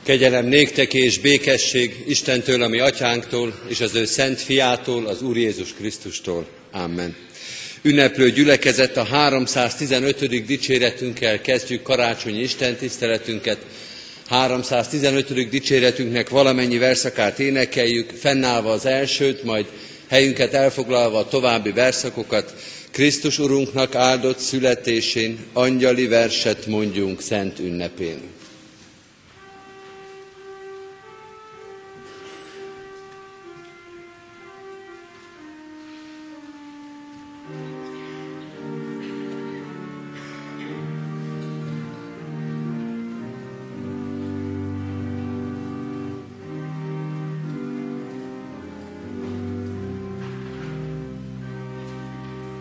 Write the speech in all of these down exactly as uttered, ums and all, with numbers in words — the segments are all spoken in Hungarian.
Kegyelem néktek és békesség Istentől, a mi atyánktól, és az ő szent fiától, az Úr Jézus Krisztustól. Amen. Ünneplő gyülekezet, a háromszáztizenötödik dicséretünkkel kezdjük karácsonyi istentiszteletünket. háromszáztizenötödik dicséretünknek valamennyi verszakát énekeljük, fennállva az elsőt, majd helyünket elfoglalva a további verszakokat. Krisztus Urunknak áldott születésén angyali verset mondjunk szent ünnepén.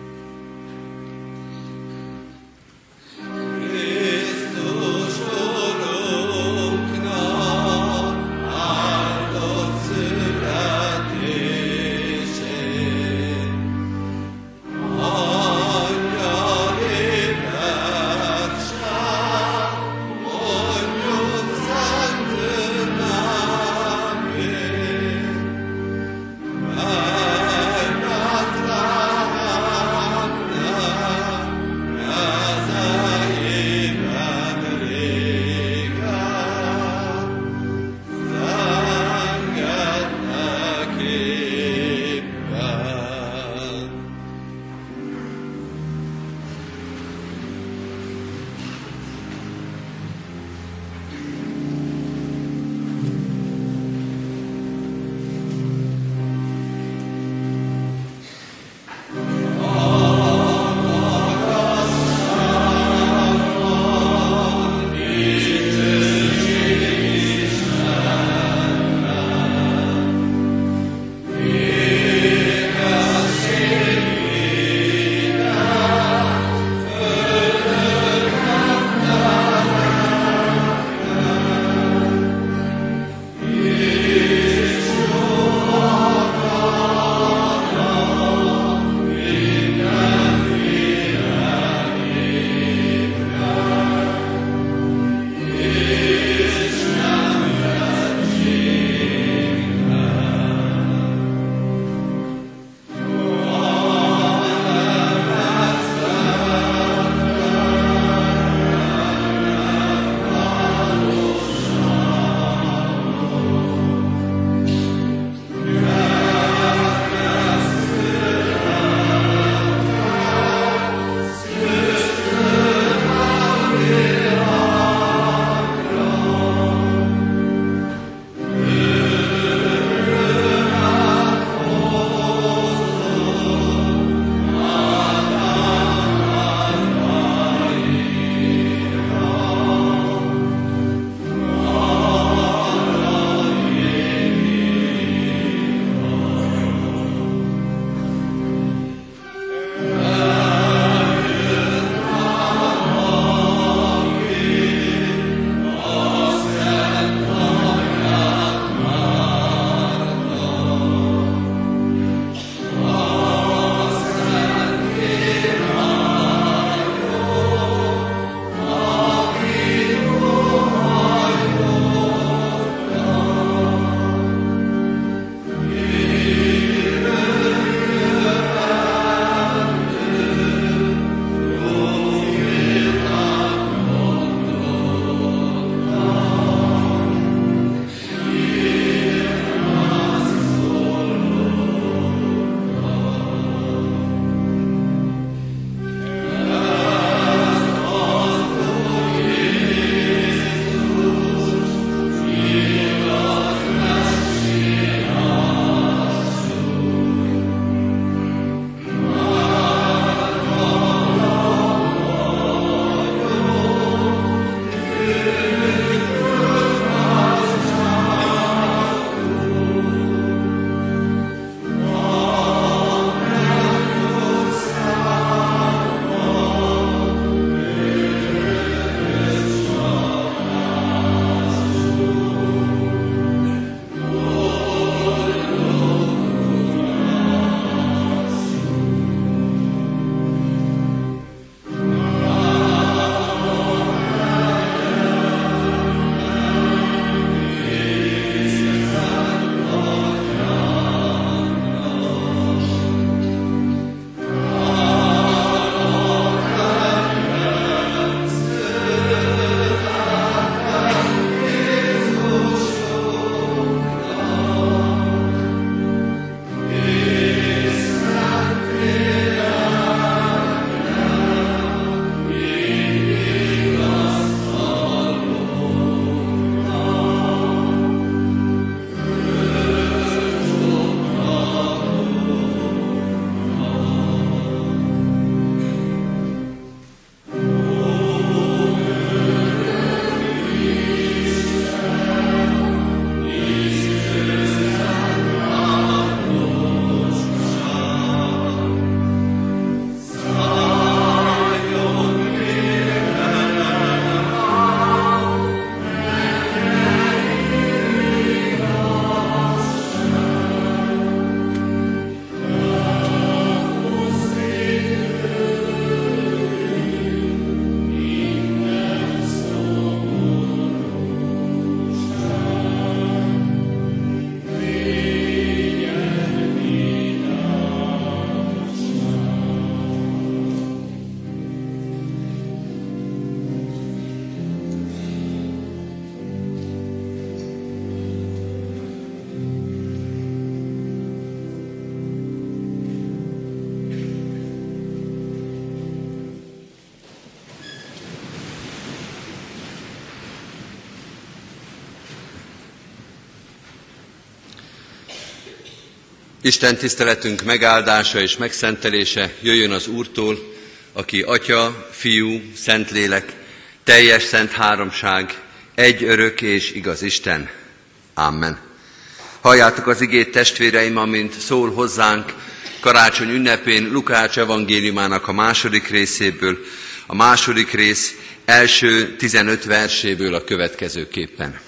Krisztus Isten tiszteletünk megáldása és megszentelése jöjjön az Úrtól, aki Atya, Fiú, Szentlélek, teljes szent háromság, egy örök és igaz Isten. Amen. Halljátok az igét, testvéreim, amint szól hozzánk karácsony ünnepén Lukács evangéliumának a második részéből, a második rész első tizenöt verséből a következőképpen.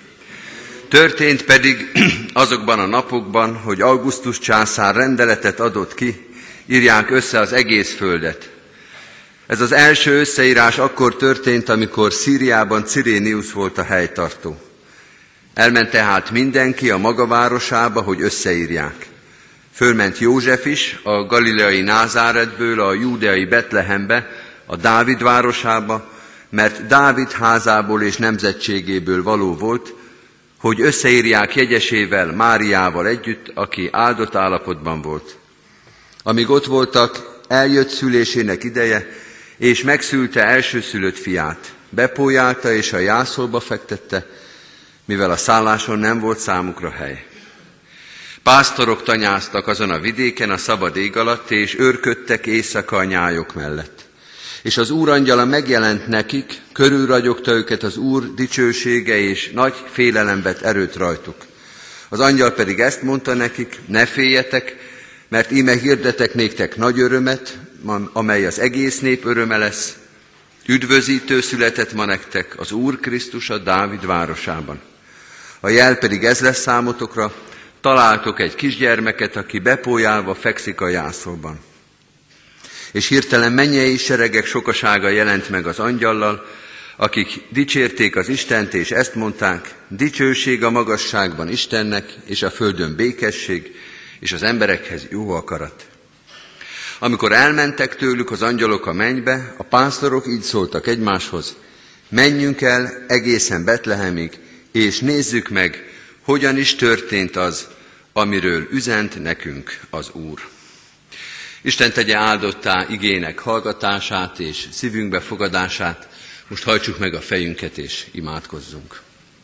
Történt pedig azokban a napokban, hogy Augustus császár rendeletet adott ki, írják össze az egész földet. Ez az első összeírás akkor történt, amikor Szíriában Cirénius volt a helytartó. Elment tehát mindenki a maga városába, hogy összeírják. Fölment József is a galileai Názáretből a júdeai Betlehembe, a Dávid városába, mert Dávid házából és nemzetségéből való volt, hogy összeírják jegyesével, Máriával együtt, aki áldott állapotban volt. Amíg ott voltak, eljött szülésének ideje, és megszülte elsőszülött fiát. Bepójálta és a jászolba fektette, mivel a szálláson nem volt számukra hely. Pásztorok tanyáztak azon a vidéken a szabad ég alatt, és őrködtek éjszaka a nyájok mellett. És az Úr angyala megjelent nekik, körülragyogta őket az Úr dicsősége, és nagy félelem vett erőt rajtuk. Az angyal pedig ezt mondta nekik: ne féljetek, mert íme hirdetek néktek nagy örömet, amely az egész nép öröme lesz. Üdvözítő született ma nektek, az Úr Krisztus a Dávid városában. A jel pedig ez lesz számotokra: találtok egy kisgyermeket, aki bepójálva fekszik a jászolban. És hirtelen mennyei seregek sokasága jelent meg az angyallal, akik dicsérték az Istent, és ezt mondták: dicsőség a magasságban Istennek, és a földön békesség, és az emberekhez jó akarat. Amikor elmentek tőlük az angyalok a mennybe, a pásztorok így szóltak egymáshoz: menjünk el egészen Betlehemig, és nézzük meg, hogyan is történt az, amiről üzent nekünk az Úr. Isten tegye áldottá igének hallgatását és szívünkbe fogadását. Most hajtsuk meg a fejünket és imádkozzunk.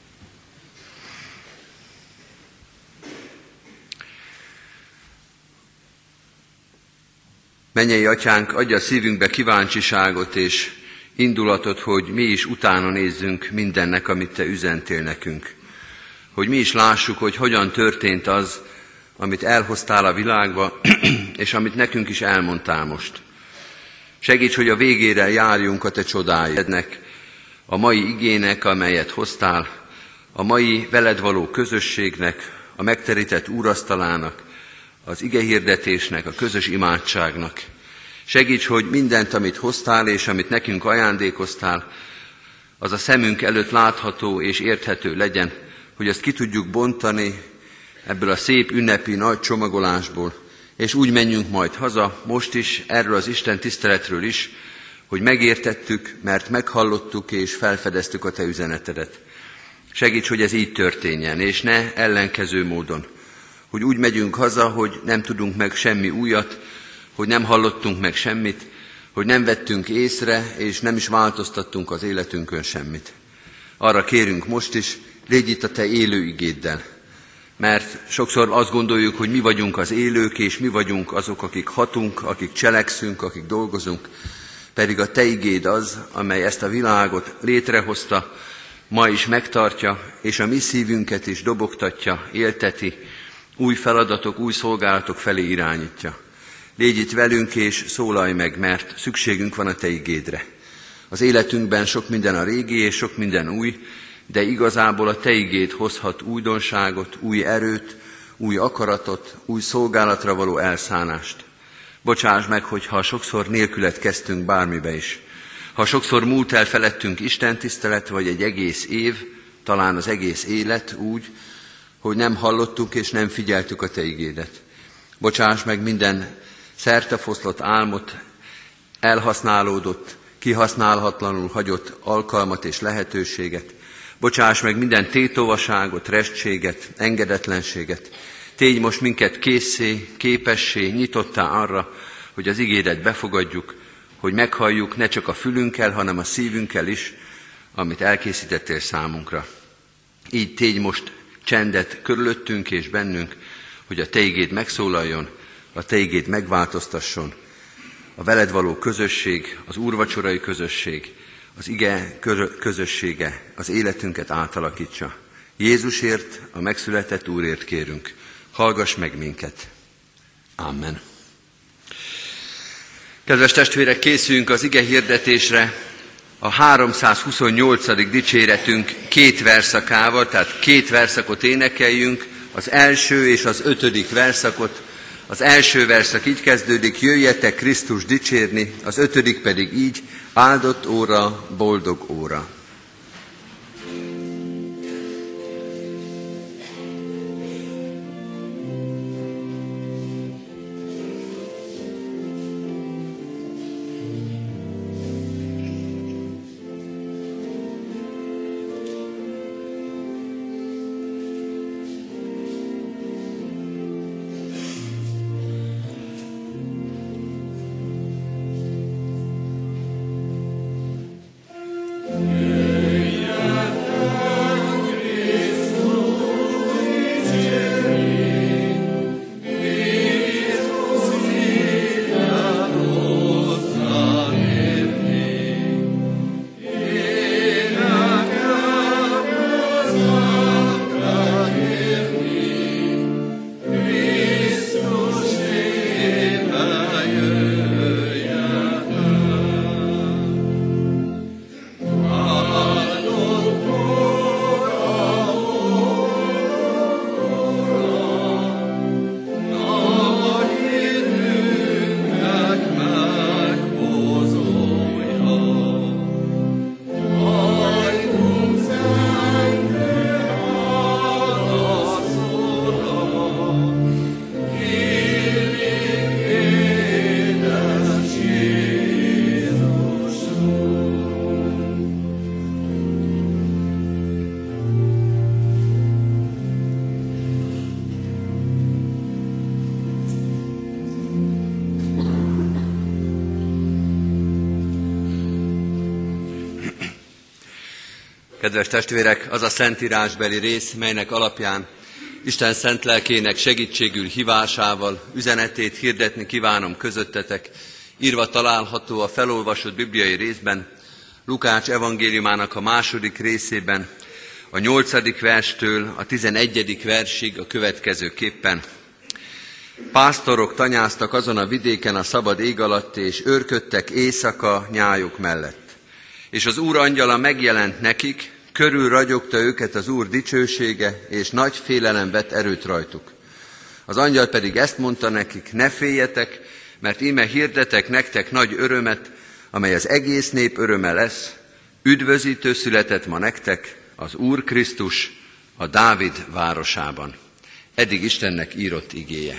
Mennyei Atyánk, adja szívünkbe kíváncsiságot és indulatot, hogy mi is utána nézzünk mindennek, amit Te üzentél nekünk. Hogy mi is lássuk, hogy hogyan történt az, amit elhoztál a világba, és amit nekünk is elmondtál most. Segíts, hogy a végére járjunk a Te csodáidnek, a mai igének, amelyet hoztál, a mai veled való közösségnek, a megterített úrasztalának, az igehirdetésnek, a közös imádságnak. Segíts, hogy mindent, amit hoztál és amit nekünk ajándékoztál, az a szemünk előtt látható és érthető legyen, hogy ezt ki tudjuk bontani ebből a szép ünnepi nagy csomagolásból, és úgy menjünk majd haza, most is, erről az Isten tiszteletről is, hogy megértettük, mert meghallottuk és felfedeztük a Te üzenetedet. Segíts, hogy ez így történjen, és ne ellenkező módon, hogy úgy megyünk haza, hogy nem tudunk meg semmi újat, hogy nem hallottunk meg semmit, hogy nem vettünk észre, és nem is változtattunk az életünkön semmit. Arra kérünk most is, légy itt a Te élő igéddel. Mert sokszor azt gondoljuk, hogy mi vagyunk az élők, és mi vagyunk azok, akik hatunk, akik cselekszünk, akik dolgozunk, pedig a Te igéd az, amely ezt a világot létrehozta, ma is megtartja, és a mi szívünket is dobogtatja, élteti, új feladatok, új szolgálatok felé irányítja. Légy itt velünk, és szólalj meg, mert szükségünk van a Te igédre. Az életünkben sok minden a régi, és sok minden új, de igazából a Te igéd hozhat újdonságot, új erőt, új akaratot, új szolgálatra való elszánást. Bocsáss meg, hogyha sokszor nélkület kezdtünk bármibe is. Ha sokszor múlt el felettünk istentisztelet, vagy egy egész év, talán az egész élet úgy, hogy nem hallottuk és nem figyeltük a Te igédet. Bocsáss meg minden szertefoszlott álmot, elhasználódott, kihasználhatlanul hagyott alkalmat és lehetőséget. Bocsáss meg minden tétovaságot, restséget, engedetlenséget. Tégy most minket készé, képessé, nyitottá arra, hogy az igédet befogadjuk, hogy meghalljuk ne csak a fülünkkel, hanem a szívünkkel is, amit elkészítettél számunkra. Így tégy most csendet körülöttünk és bennünk, hogy a Te igéd megszólaljon, a Te igéd megváltoztasson, a veled való közösség, az úrvacsorai közösség, az ige közössége az életünket átalakítsa. Jézusért, a megszületett Úrért kérünk. Hallgass meg minket. Amen. Kedves testvérek, készüljünk az ige hirdetésre a háromszázhuszonnyolcadik dicséretünk két verszakával, tehát két verszakot énekeljünk, az első és az ötödik verszakot. Az első verszak így kezdődik: jöjjetek Krisztus dicsérni, az ötödik pedig így: áldott óra, boldog óra. Kedves testvérek, az a szentírásbeli rész, melynek alapján Isten szent lelkének segítségül hívásával üzenetét hirdetni kívánom közöttetek, írva található a felolvasott bibliai részben, Lukács evangéliumának a második részében, a nyolcadik verstől a tizenegyedik versig a következőképpen. Pásztorok tanyáztak azon a vidéken a szabad ég alatt, és őrködtek éjszaka nyájuk mellett. És az Úr angyala megjelent nekik, körül ragyogta őket az Úr dicsősége, és nagy félelem vett erőt rajtuk. Az angyal pedig ezt mondta nekik: ne féljetek, mert íme hirdetek nektek nagy örömet, amely az egész nép öröme lesz. Üdvözítő született ma nektek, az Úr Krisztus, a Dávid városában. Eddig Istennek írott igéje.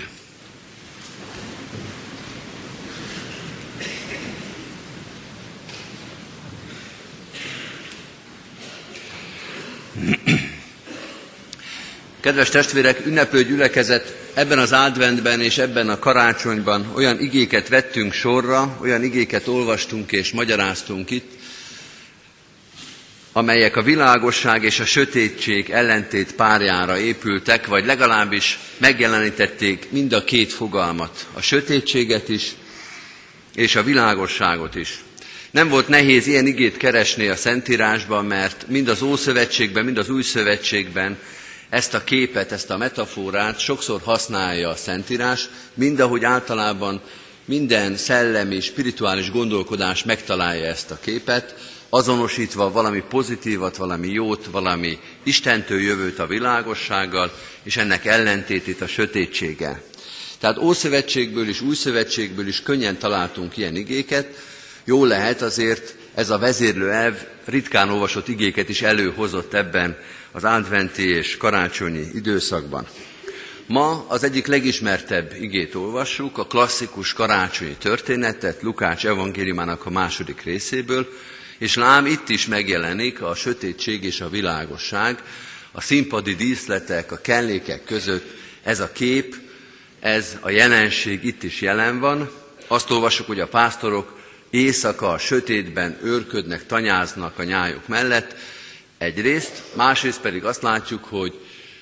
Kedves testvérek, ünneplő gyülekezet, ebben az adventben és ebben a karácsonyban olyan igéket vettünk sorra, olyan igéket olvastunk és magyaráztunk itt, amelyek a világosság és a sötétség ellentét párjára épültek, vagy legalábbis megjelenítették mind a két fogalmat, a sötétséget is, és a világosságot is. Nem volt nehéz ilyen igét keresni a Szentírásban, mert mind az Ószövetségben, mind az Új Szövetségben ezt a képet, ezt a metaforát sokszor használja a Szentírás, mind ahogy általában minden szellemi, spirituális gondolkodás megtalálja ezt a képet, azonosítva valami pozitívat, valami jót, valami Istentől jövőt a világossággal, és ennek ellentétét a sötétséggel. Tehát Ószövetségből és Új Szövetségből is könnyen találtunk ilyen igéket. Jól lehet, azért ez a vezérlő elv ritkán olvasott igéket is előhozott ebben az adventi és karácsonyi időszakban. Ma az egyik legismertebb igét olvassuk, a klasszikus karácsonyi történetet Lukács evangéliumának a második részéből, és lám itt is megjelenik a sötétség és a világosság, a színpadi díszletek, a kellékek között ez a kép, ez a jelenség itt is jelen van. Azt olvassuk, hogy a pásztorok éjszaka a sötétben őrködnek, tanyáznak a nyájuk mellett egyrészt, másrészt pedig azt látjuk, hogy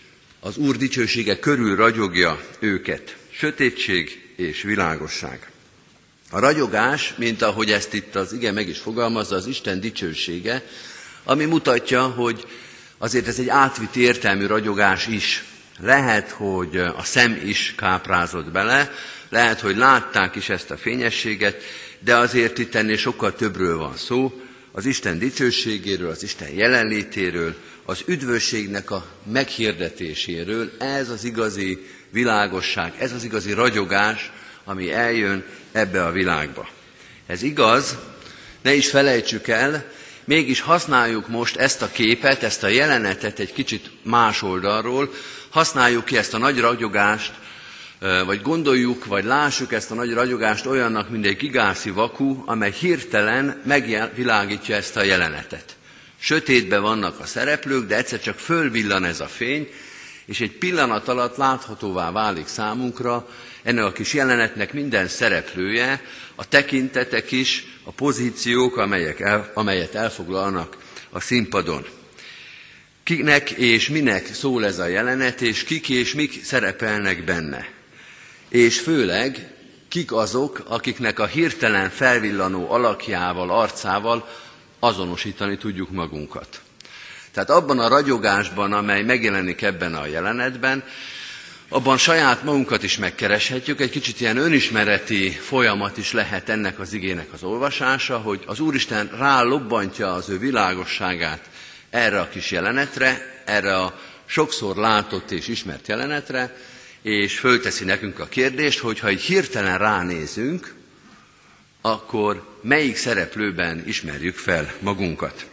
Az Úr dicsősége körül ragyogja őket, sötétség és világosság. A ragyogás, mint ahogy ezt itt az ige meg is fogalmazza, az Isten dicsősége, ami mutatja, hogy azért ez egy átvitt értelmű ragyogás is. Lehet, hogy a szem is káprázott bele, lehet, hogy látták is ezt a fényességet, de azért itt ennél sokkal többről van szó, az Isten dicsőségéről, az Isten jelenlétéről, az üdvösségnek a meghirdetéséről. Ez az igazi világosság, ez az igazi ragyogás, ami eljön ebbe a világba. Ez igaz, ne is felejtsük el, mégis használjuk most ezt a képet, ezt a jelenetet egy kicsit más oldalról, használjuk ki ezt a nagy ragyogást, vagy gondoljuk, vagy lássuk ezt a nagy ragyogást olyannak, mint egy gigászi vaku, amely hirtelen megvilágítja ezt a jelenetet. Sötétben vannak a szereplők, de egyszer csak fölvillan ez a fény, és egy pillanat alatt láthatóvá válik számunkra ennek a kis jelenetnek minden szereplője, a tekintetek is, a pozíciók, amelyek el, amelyet elfoglalnak a színpadon. Kinek és minek szól ez a jelenet, és kik és mik szerepelnek benne. És főleg kik azok, akiknek a hirtelen felvillanó alakjával, arcával azonosítani tudjuk magunkat. Tehát abban a ragyogásban, amely megjelenik ebben a jelenetben, abban saját magunkat is megkereshetjük, egy kicsit ilyen önismereti folyamat is lehet ennek az igének az olvasása, hogy az Úristen rálobbantja az ő világosságát erre a kis jelenetre, erre a sokszor látott és ismert jelenetre, és fölteszi nekünk a kérdést, hogy ha így hirtelen ránézünk, akkor melyik szereplőben ismerjük fel magunkat.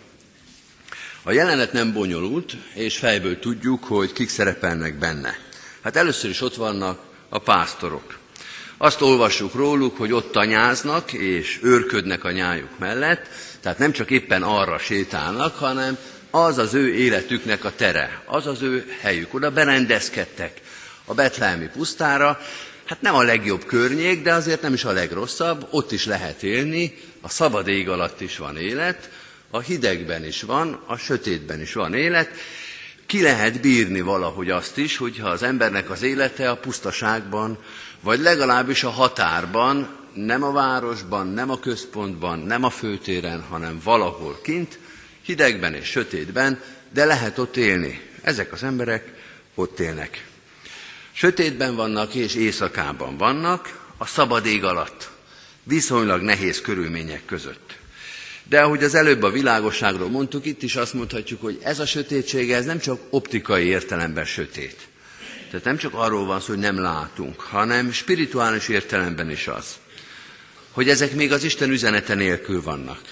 A jelenet nem bonyolult, és fejből tudjuk, hogy kik szerepelnek benne. Hát először is ott vannak a pásztorok. Azt olvassuk róluk, hogy ott tanyáznak és őrködnek a nyájuk mellett, tehát nem csak éppen arra sétálnak, hanem az az ő életüknek a tere, az az ő helyük. Oda berendezkedtek a betlehemi pusztára, hát nem a legjobb környék, de azért nem is a legrosszabb, ott is lehet élni, a szabad ég alatt is van élet, a hidegben is van, a sötétben is van élet. Ki lehet bírni valahogy azt is, hogyha az embernek az élete a pusztaságban, vagy legalábbis a határban, nem a városban, nem a központban, nem a főtéren, hanem valahol kint, hidegben és sötétben, de lehet ott élni. Ezek az emberek ott élnek. Sötétben vannak és éjszakában vannak, a szabad ég alatt, viszonylag nehéz körülmények között. De ahogy az előbb a világosságról mondtuk, itt is azt mondhatjuk, hogy ez a sötétség, ez nem csak optikai értelemben sötét. Tehát nem csak arról van szó, hogy nem látunk, hanem spirituális értelemben is az, hogy ezek még az Isten üzenete nélkül vannak.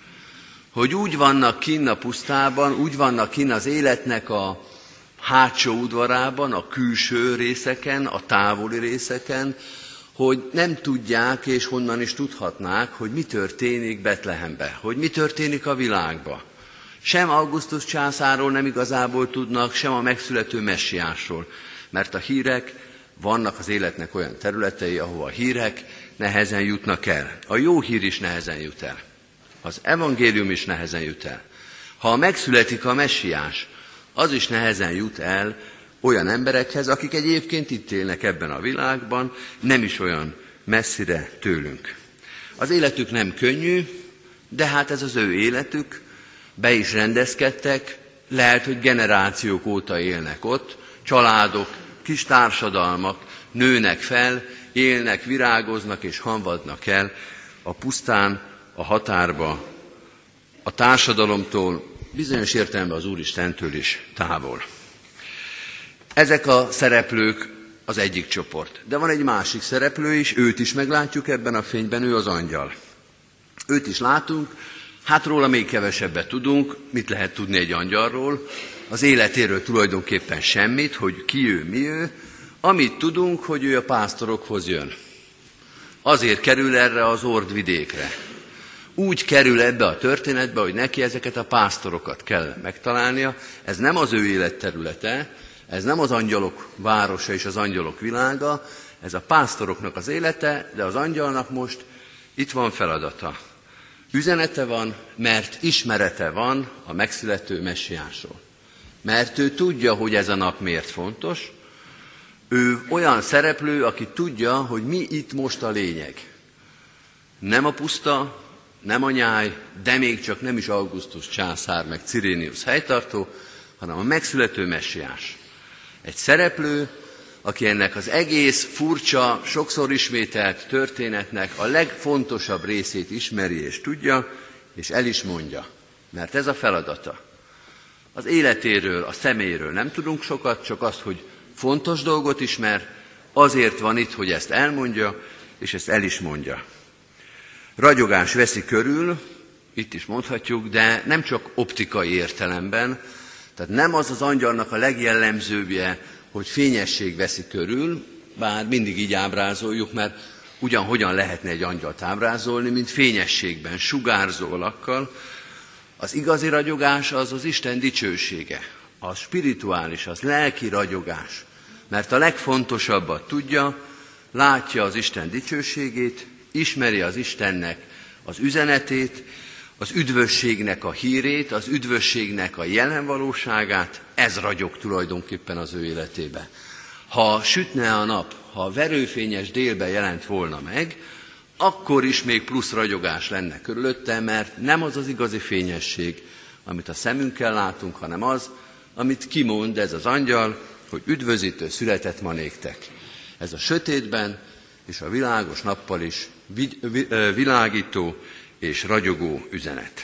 Hogy úgy vannak kinn a pusztában, úgy vannak kinn az életnek a hátsó udvarában, a külső részeken, a távoli részeken, hogy nem tudják, és honnan is tudhatnák, hogy mi történik Betlehembe, hogy mi történik a világba. Sem Augustus császárról nem igazából tudnak, sem a megszülető messiásról, mert a hírek, vannak az életnek olyan területei, ahova a hírek nehezen jutnak el. A jó hír is nehezen jut el. Az evangélium is nehezen jut el. Ha megszületik a messiás, az is nehezen jut el olyan emberekhez, akik egyébként itt élnek ebben a világban, nem is olyan messzire tőlünk. Az életük nem könnyű, de hát ez az ő életük, be is rendezkedtek, lehet, hogy generációk óta élnek ott, családok, kis társadalmak nőnek fel, élnek, virágoznak és hamvadnak el a pusztán, a határba, a társadalomtól, bizonyos értelemben az Úristentől is távol. Ezek a szereplők az egyik csoport. De van egy másik szereplő is, őt is meglátjuk ebben a fényben, ő az angyal. Őt is látunk, hát róla még kevesebbet tudunk, mit lehet tudni egy angyalról, az életéről tulajdonképpen semmit, hogy ki ő, mi ő, amit tudunk, hogy ő a pásztorokhoz jön. Azért kerül erre az Ordvidékre. Úgy kerül ebbe a történetbe, hogy neki ezeket a pásztorokat kell megtalálnia, ez nem az ő életterülete, ez nem az angyalok városa és az angyalok világa, ez a pásztoroknak az élete, de az angyalnak most itt van feladata. Üzenete van, mert ismerete van a megszülető messiásról. mert ő tudja, hogy ez a nap miért fontos. Ő olyan szereplő, aki tudja, hogy mi itt most a lényeg. Nem a puszta, nem a nyáj, de még csak nem is Augustus császár, meg Cirénius helytartó, hanem a megszülető messiás. Egy szereplő, aki ennek az egész furcsa, sokszor ismételt történetnek a legfontosabb részét ismeri és tudja, és el is mondja. Mert ez a feladata. Az életéről, a személyről nem tudunk sokat, csak azt, hogy fontos dolgot ismer, azért van itt, hogy ezt elmondja, és ezt el is mondja. Ragyogás veszi körül, itt is mondhatjuk, de nem csak optikai értelemben, tehát nem az az angyalnak a legjellemzőbbje, hogy fényesség veszi körül, bár mindig így ábrázoljuk, mert ugyan hogyan lehetne egy angyalt ábrázolni, mint fényességben, sugárzó alakkal. Az igazi ragyogás az az Isten dicsősége, a spirituális, az lelki ragyogás, mert a legfontosabbat tudja, látja az Isten dicsőségét, ismeri az Istennek az üzenetét, az üdvösségnek a hírét, az üdvösségnek a jelen valóságát, ez ragyog tulajdonképpen az ő életébe. Ha sütne a nap, ha a verőfényes délben jelent volna meg, akkor is még plusz ragyogás lenne körülötte, mert nem az az igazi fényesség, amit a szemünkkel látunk, hanem az, amit kimond ez az angyal, hogy üdvözítő született ma néktek. Ez a sötétben és a világos nappal is világító és ragyogó üzenet.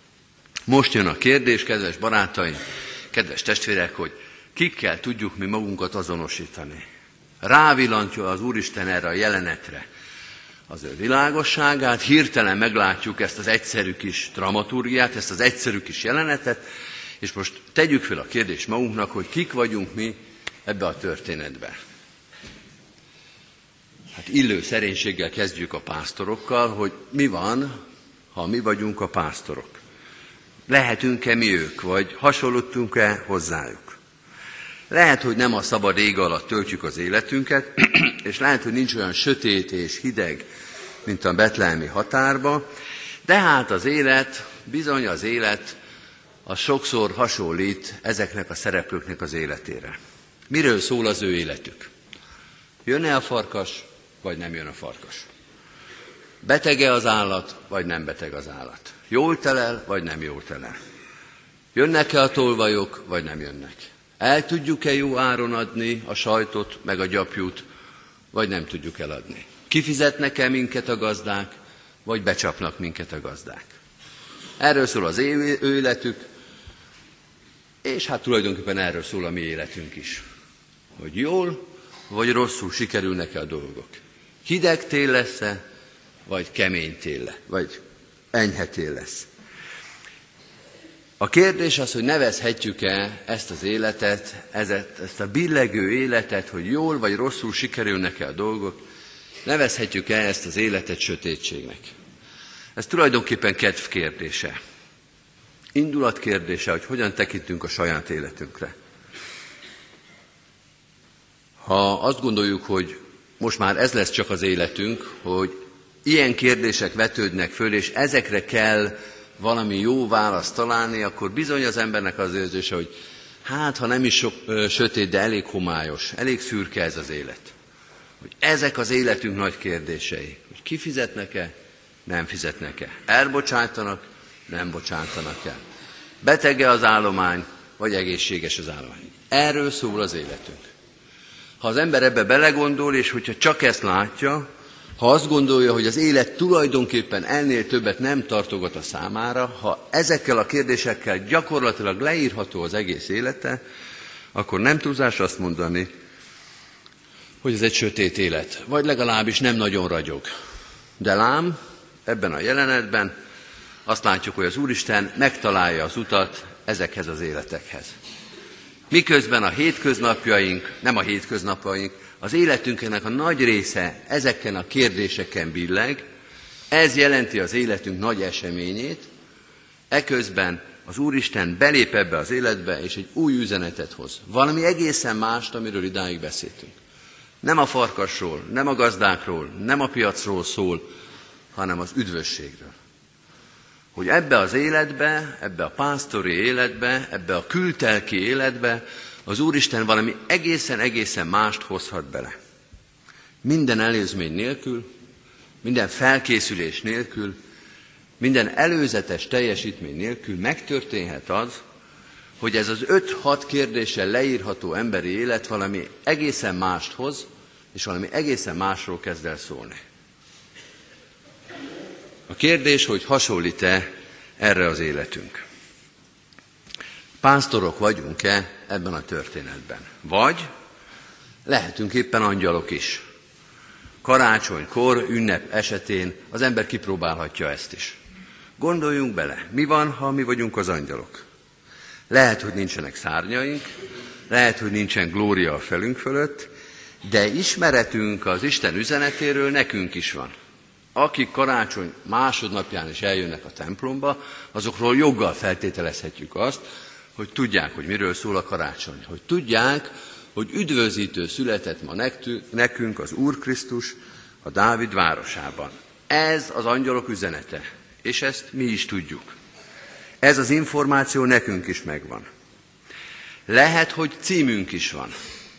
Most jön a kérdés, kedves barátaim, kedves testvérek, hogy kikkel tudjuk mi magunkat azonosítani. Rávillantja az Úristen erre a jelenetre az ő világosságát, hirtelen meglátjuk ezt az egyszerű kis dramaturgiát, ezt az egyszerű kis jelenetet, és most tegyük fel a kérdést magunknak, hogy kik vagyunk mi ebbe a történetbe. Hát illő szerénységgel kezdjük a pásztorokkal, hogy mi van, ha mi vagyunk a pásztorok. Lehetünk-e mi ők, vagy hasonlítunk-e hozzájuk? Lehet, hogy nem a szabad ég alatt töltjük az életünket, és lehet, hogy nincs olyan sötét és hideg, mint a betlehemi határba, de hát az élet, bizony az élet, az sokszor hasonlít ezeknek a szereplőknek az életére. Miről szól az ő életük? Jön-e a farkas, vagy nem jön a farkas? Betege az állat, vagy nem beteg az állat? Jól telel, vagy nem jól telel? Jönnek-e a tolvajok, vagy nem jönnek? El tudjuk-e jó áron adni a sajtot, meg a gyapjút, vagy nem tudjuk eladni? Kifizetnek-e minket a gazdák, vagy becsapnak minket a gazdák? Erről szól az ő életük, és hát tulajdonképpen erről szól a mi életünk is. Hogy jól, vagy rosszul sikerülnek-e a dolgok? Hideg tél lesz-e, vagy kemény tél, vagy enyhe tél lesz? A kérdés az, hogy nevezhetjük-e ezt az életet, ezt a billegő életet, hogy jól vagy rosszul sikerülnek-e a dolgok, nevezhetjük-e ezt az életet sötétségnek? Ez tulajdonképpen kedv kérdése. Indulat kérdése, hogy hogyan tekintünk a saját életünkre. Ha azt gondoljuk, hogy most már ez lesz csak az életünk, hogy ilyen kérdések vetődnek föl, és ezekre kell valami jó választ találni, akkor bizony az embernek az érzése, hogy hát, ha nem is sok ö, sötét, de elég homályos, elég szürke ez az élet. Hogy ezek az életünk nagy kérdései. Hogy kifizetnek-e, nem fizetnek-e. Elbocsátanak, nem bocsátanak el. Betege az állomány, vagy egészséges az állomány. Erről szól az életünk. Ha az ember ebbe belegondol, és hogyha csak ezt látja, ha azt gondolja, hogy az élet tulajdonképpen ennél többet nem tartogat a számára, ha ezekkel a kérdésekkel gyakorlatilag leírható az egész élete, akkor nem túlzás azt mondani, hogy ez egy sötét élet, vagy legalábbis nem nagyon ragyog. De lám, ebben a jelenetben azt látjuk, hogy az Úristen megtalálja az utat ezekhez az életekhez. Miközben a hétköznapjaink, nem a hétköznapjaink, az életünknek a nagy része ezeken a kérdéseken billeg, ez jelenti az életünk nagy eseményét, eközben az Úristen belép ebbe az életbe, és egy új üzenetet hoz. Valami egészen mást, amiről idáig beszéltünk. Nem a farkasról, nem a gazdákról, nem a piacról szól, hanem az üdvösségről. hogy ebbe az életbe, ebbe a pásztori életbe, ebbe a kültelki életbe az Úristen valami egészen-egészen mást hozhat bele. Minden előzmény nélkül, minden felkészülés nélkül, minden előzetes teljesítmény nélkül megtörténhet az, hogy ez az öt-hat kérdéssel leírható emberi élet valami egészen mást hoz, és valami egészen másról kezd el szólni. A kérdés, hogy hasonlít-e erre az életünk. Pásztorok vagyunk-e ebben a történetben? Vagy lehetünk éppen angyalok is. Karácsonykor, ünnep esetén az ember kipróbálhatja ezt is. Gondoljunk bele, mi van, ha mi vagyunk az angyalok? Lehet, hogy nincsenek szárnyaink, lehet, hogy nincsen glória a felünk fölött, de ismeretünk az Isten üzenetéről nekünk is van. Akik karácsony másodnapján is eljönnek a templomba, azokról joggal feltételezhetjük azt, hogy tudják, hogy miről szól a karácsony. Hogy tudják, hogy üdvözítő született ma nekünk az Úr Krisztus a Dávid városában. Ez az angyalok üzenete, és ezt mi is tudjuk. Ez az információ nekünk is megvan. Lehet, hogy címünk is van.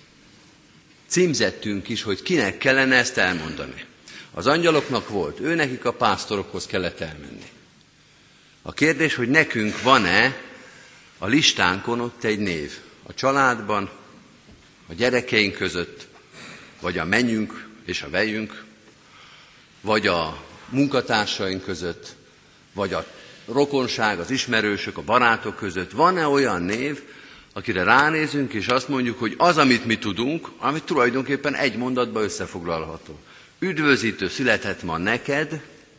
Címzettünk is, hogy kinek kellene ezt elmondani. Az angyaloknak volt, ő nekik a pásztorokhoz kellett elmenni. A kérdés, hogy nekünk van-e a listánkon ott egy név. A családban, a gyerekeink között, vagy a mennyünk és a vejünk, vagy a munkatársaink között, vagy a rokonság, az ismerősök, a barátok között. Van-e olyan név, akire ránézünk, és azt mondjuk, hogy az, amit mi tudunk, amit tulajdonképpen egy mondatba összefoglalható. Üdvözítő született ma neked,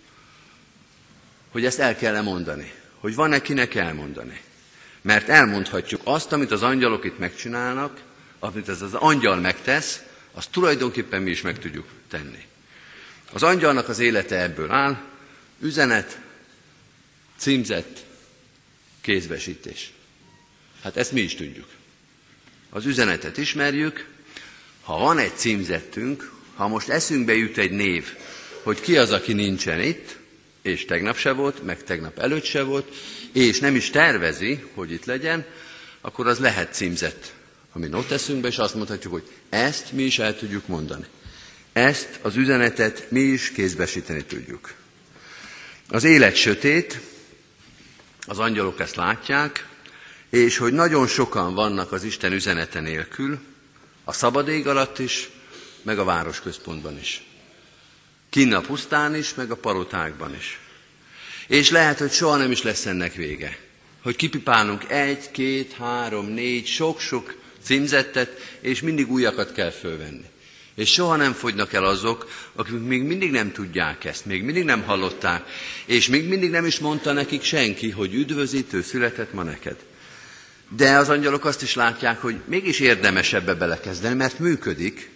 hogy ezt el kell mondani. Hogy van-e kinek elmondani. Mert elmondhatjuk azt, amit az angyalok itt megcsinálnak, amit ez az angyal megtesz, azt tulajdonképpen mi is meg tudjuk tenni. Az angyalnak az élete ebből áll, üzenet, címzett, kézbesítés. Hát ezt mi is tudjuk. Az üzenetet ismerjük, ha van egy címzettünk, ha most eszünkbe jut egy név, hogy ki az, aki nincsen itt, és tegnap se volt, meg tegnap előtt se volt, és nem is tervezi, hogy itt legyen, akkor az lehet címzett, ami ott eszünkbe, és azt mondhatjuk, hogy ezt mi is el tudjuk mondani. Ezt az üzenetet mi is kézbesíteni tudjuk. Az élet sötét, az angyalok ezt látják, és hogy nagyon sokan vannak az Isten üzenete nélkül, a szabad ég alatt is, meg a városközpontban is. Kinn a pusztán is, meg a palotákban is. És lehet, hogy soha nem is lesz ennek vége. Hogy kipipálunk egy, két, három, négy, sok-sok címzettet, és mindig újakat kell fölvenni. És soha nem fogynak el azok, akik még mindig nem tudják ezt, még mindig nem hallották, és még mindig nem is mondta nekik senki, hogy üdvözítő született ma neked. De az angyalok azt is látják, hogy mégis érdemes ebbe belekezdeni, mert működik,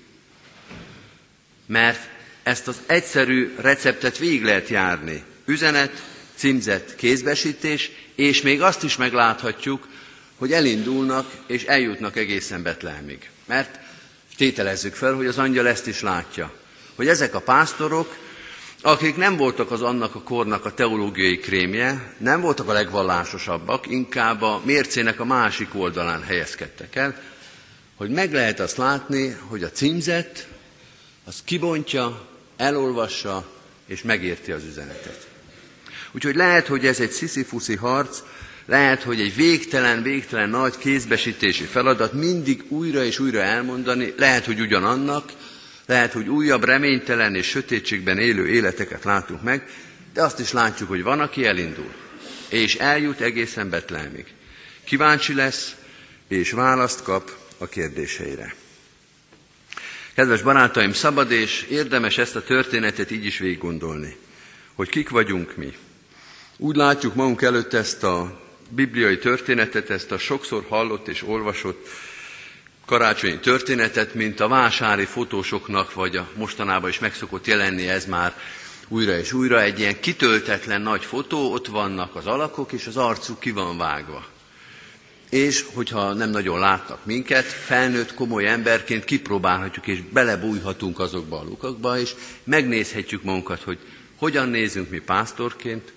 mert ezt az egyszerű receptet végig lehet járni. Üzenet, címzett, kézbesítés, és még azt is megláthatjuk, hogy elindulnak és eljutnak egészen Betlehemig. Mert tételezzük fel, hogy az angyal ezt is látja, hogy ezek a pásztorok, akik nem voltak az annak a kornak a teológiai krémje, nem voltak a legvallásosabbak, inkább a mércének a másik oldalán helyezkedtek el, hogy meg lehet azt látni, hogy a címzett, az kibontja, elolvassa és megérti az üzenetet. Úgyhogy lehet, hogy ez egy sziszifuszi harc, lehet, hogy egy végtelen, végtelen nagy kézbesítési feladat mindig újra és újra elmondani, lehet, hogy ugyanannak, lehet, hogy újabb reménytelen és sötétségben élő életeket látunk meg, de azt is látjuk, hogy van, aki elindul, és eljut egészen Betlehemig. Kíváncsi lesz, és választ kap a kérdéseire. Kedves barátaim, szabad és érdemes ezt a történetet így is végiggondolni, hogy kik vagyunk mi. Úgy látjuk magunk előtt ezt a bibliai történetet, ezt a sokszor hallott és olvasott karácsonyi történetet, mint a vásári fotósoknak, vagy a mostanában is meg szokott jelenni ez már újra és újra, egy ilyen kitöltetlen nagy fotó, ott vannak az alakok, és az arcuk ki van vágva. És hogyha nem nagyon látnak minket, felnőtt komoly emberként kipróbálhatjuk, és belebújhatunk azokba a lukakba, és megnézhetjük magunkat, hogy hogyan nézünk mi pásztorként,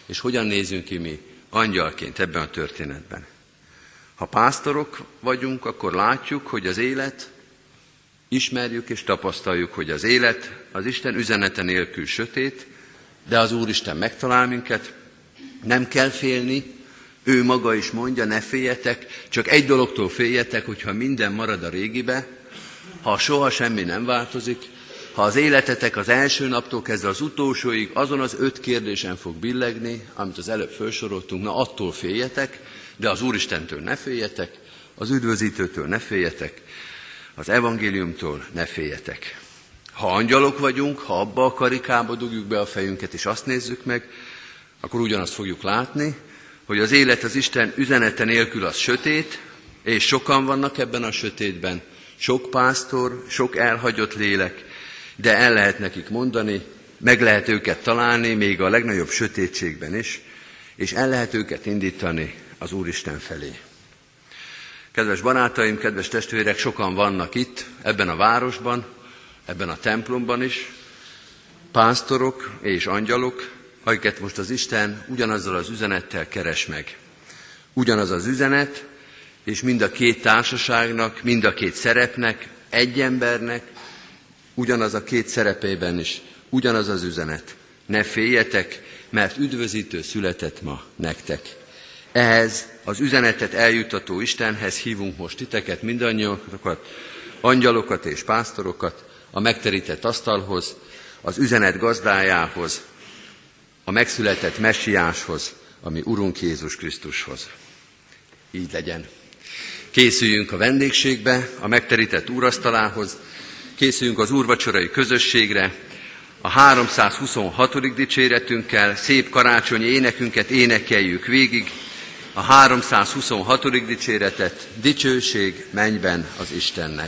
és hogyan nézünk ki mi angyalként ebben a történetben. Ha pásztorok vagyunk, akkor látjuk, hogy az élet, ismerjük és tapasztaljuk, hogy az élet az Isten üzenete nélkül sötét, de az Úristen megtalál minket, nem kell félni, ő maga is mondja, ne féljetek, csak egy dologtól féljetek, hogyha minden marad a régibe, ha soha semmi nem változik, ha az életetek az első naptól kezdve az utolsóig azon az öt kérdésen fog billegni, amit az előbb felsoroltunk, na attól féljetek, de az Úristentől ne féljetek, az üdvözítőtől ne féljetek, az evangéliumtól ne féljetek. Ha angyalok vagyunk, ha abba a karikába dugjuk be a fejünket és azt nézzük meg, akkor ugyanazt fogjuk látni, hogy az élet az Isten üzenete nélkül az sötét, és sokan vannak ebben a sötétben, sok pásztor, sok elhagyott lélek, de el lehet nekik mondani, meg lehet őket találni, még a legnagyobb sötétségben is, és el lehet őket indítani az Úristen felé. Kedves barátaim, kedves testvérek, sokan vannak itt, ebben a városban, ebben a templomban is, pásztorok és angyalok, akiket most az Isten ugyanazzal az üzenettel keres meg. Ugyanaz az üzenet, és mind a két társaságnak, mind a két szerepnek, egy embernek, ugyanaz a két szerepében is, ugyanaz az üzenet. Ne féljetek, mert üdvözítő született ma nektek. Ehhez az üzenetet eljuttató Istenhez hívunk most titeket, mindannyiakat, angyalokat és pásztorokat, a megterített asztalhoz, az üzenet gazdájához, a megszületett messiáshoz, ami Urunk Jézus Krisztushoz. Így legyen. Készüljünk a vendégségbe, a megterített úrasztalához, készüljünk az úrvacsorai közösségre, a háromszázhuszonhatodik dicséretünkkel, szép karácsonyi énekünket énekeljük végig, a háromszázhuszonhatodik dicséretet, dicsőség mennyben az Istennek.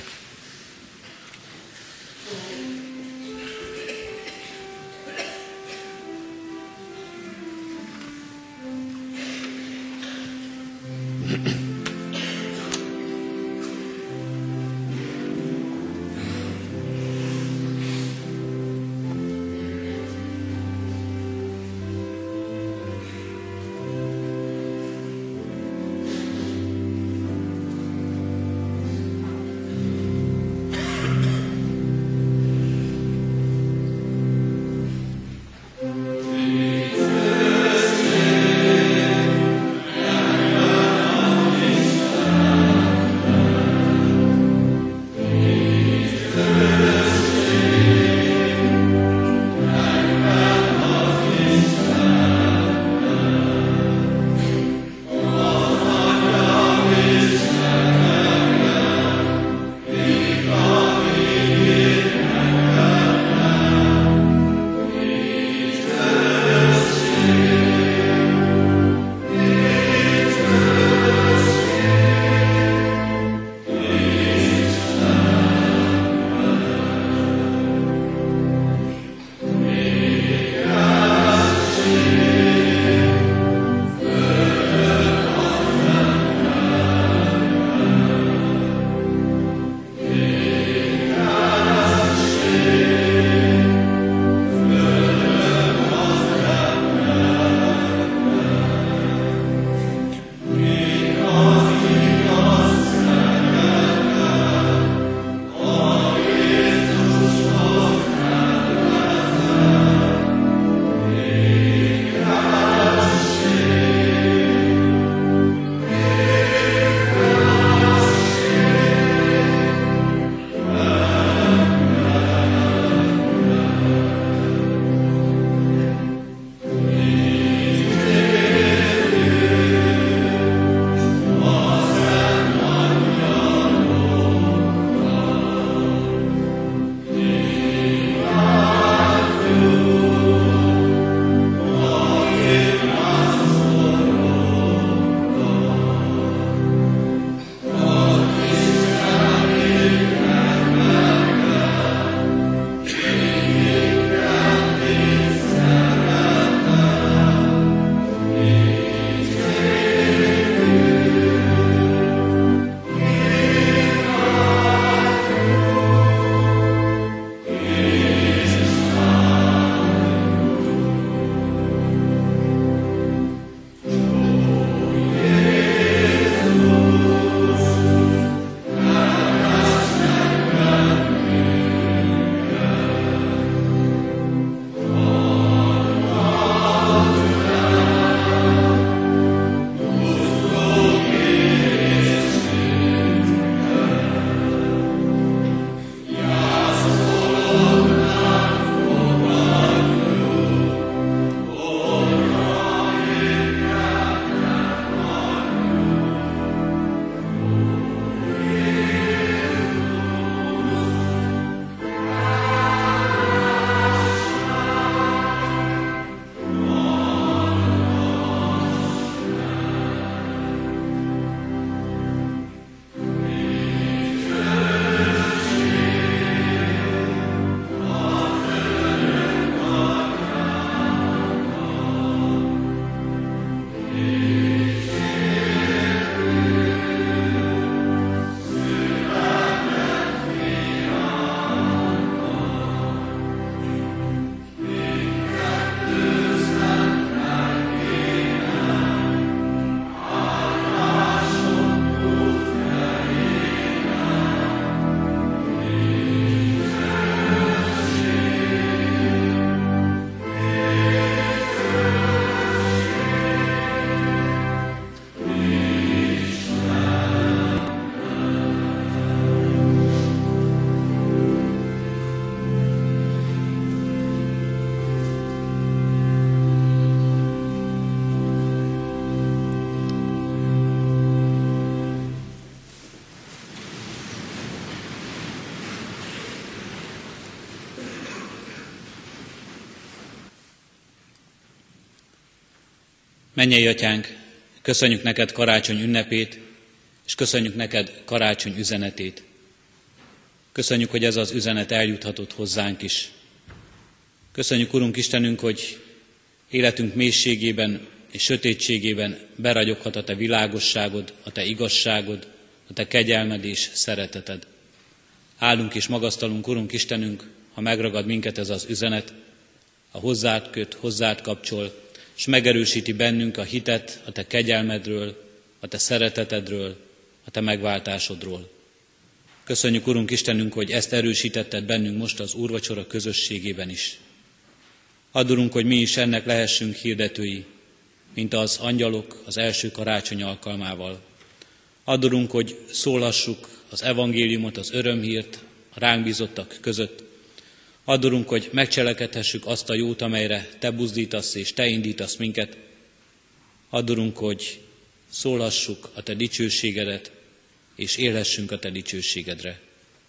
Mennyei Atyánk, köszönjük neked karácsony ünnepét, és köszönjük neked karácsony üzenetét. Köszönjük, hogy ez az üzenet eljuthatott hozzánk is. Köszönjük, Urunk Istenünk, hogy életünk mélységében és sötétségében beragyoghat a Te világosságod, a Te igazságod, a Te kegyelmed és szereteted. Állunk és magasztalunk, Urunk Istenünk, ha megragad minket ez az üzenet, a hozzád köt, hozzád kapcsol, és megerősíti bennünk a hitet a Te kegyelmedről, a Te szeretetedről, a Te megváltásodról. Köszönjük, Urunk Istenünk, hogy ezt erősítetted bennünk most az úrvacsora közösségében is. Add, Urunk, hogy mi is ennek lehessünk hirdetői, mint az angyalok az első karácsony alkalmával. Add, Urunk, hogy szólhassuk az evangéliumot, az örömhírt a ránk bízottak között. Add, Urunk, hogy megcselekedhessük azt a jót, amelyre Te buzdítasz és Te indítasz minket. Add, Urunk, hogy szólhassuk a Te dicsőségedet, és élhessünk a Te dicsőségedre.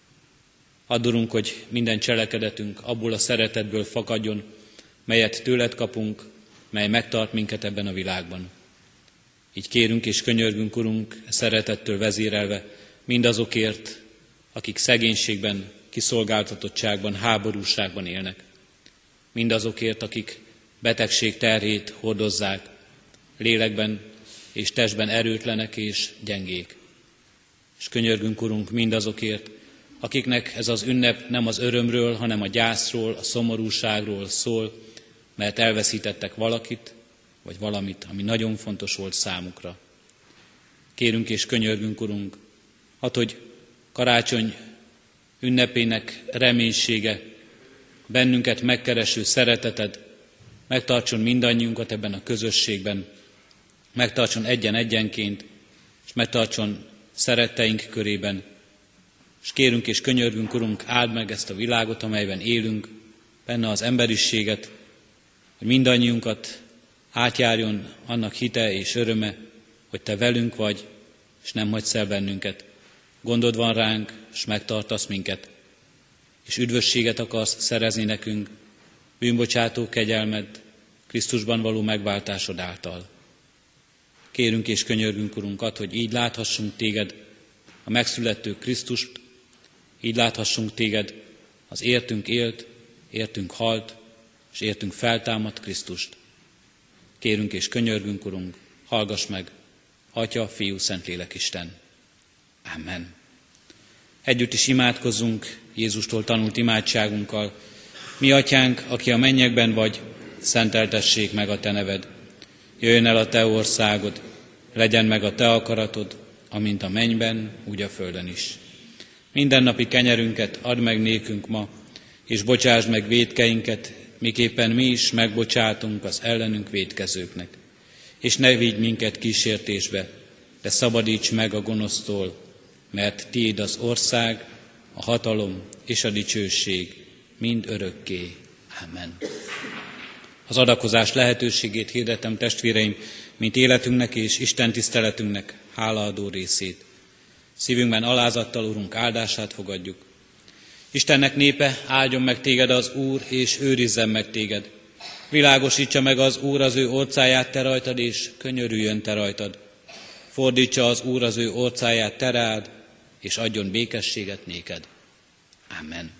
Add, Urunk, hogy minden cselekedetünk abból a szeretetből fakadjon, melyet tőled kapunk, mely megtart minket ebben a világban. Így kérünk és könyörgünk, Urunk, szeretettől vezérelve mindazokért, akik szegénységben, kiszolgáltatottságban, háborúságban élnek. Mindazokért, akik betegség terhét hordozzák, lélekben és testben erőtlenek és gyengék. És könyörgünk, Urunk, mindazokért, akiknek ez az ünnep nem az örömről, hanem a gyászról, a szomorúságról szól, mert elveszítettek valakit, vagy valamit, ami nagyon fontos volt számukra. Kérünk és könyörgünk, Urunk, hadd, hogy karácsony ünnepének reménysége, bennünket megkereső szereteted megtartson mindannyiunkat ebben a közösségben, megtartson egyen-egyenként, és megtartson szeretteink körében. És kérünk és könyörgünk, Urunk, áld meg ezt a világot, amelyben élünk, benne az emberiséget, hogy mindannyiunkat átjárjon annak hite és öröme, hogy Te velünk vagy, és nem hagysz el bennünket. Gondod van ránk, és megtartasz minket, és üdvösséget akarsz szerezni nekünk, bűnbocsátó kegyelmed, Krisztusban való megváltásod által. Kérünk és könyörgünk, Urunk, add, hogy így láthassunk Téged, a megszülető Krisztust, így láthassunk Téged, az értünk élt, értünk halt, és értünk feltámadt Krisztust. Kérünk és könyörgünk, Urunk, hallgass meg, Atya, Fiú, Szentlélek Isten. Amen. Együtt is imádkozzunk Jézustól tanult imádságunkkal. Mi, Atyánk, aki a mennyekben vagy, szenteltessék meg a Te neved. Jöjjön el a Te országod, legyen meg a Te akaratod, amint a mennyben, úgy a földön is. Mindennapi kenyerünket add meg nékünk ma, és bocsásd meg vétkeinket, miképpen mi is megbocsátunk az ellenünk vétkezőknek. És ne vigy minket kísértésbe, de szabadíts meg a gonosztól, mert Tiéd az ország, a hatalom és a dicsőség mind örökké. Amen. Az adakozás lehetőségét hirdetem, testvéreim, mint életünknek és Isten tiszteletünknek hálaadó részét. Szívünkben alázattal, Urunk, áldását fogadjuk. Istennek népe, áldjon meg téged az Úr, és őrizzen meg téged. Világosítsa meg az Úr az ő orcáját te rajtad, és könyörüljön te rajtad. Fordítsa az Úr az ő orcáját te rád, és adjon békességet néked. Amen.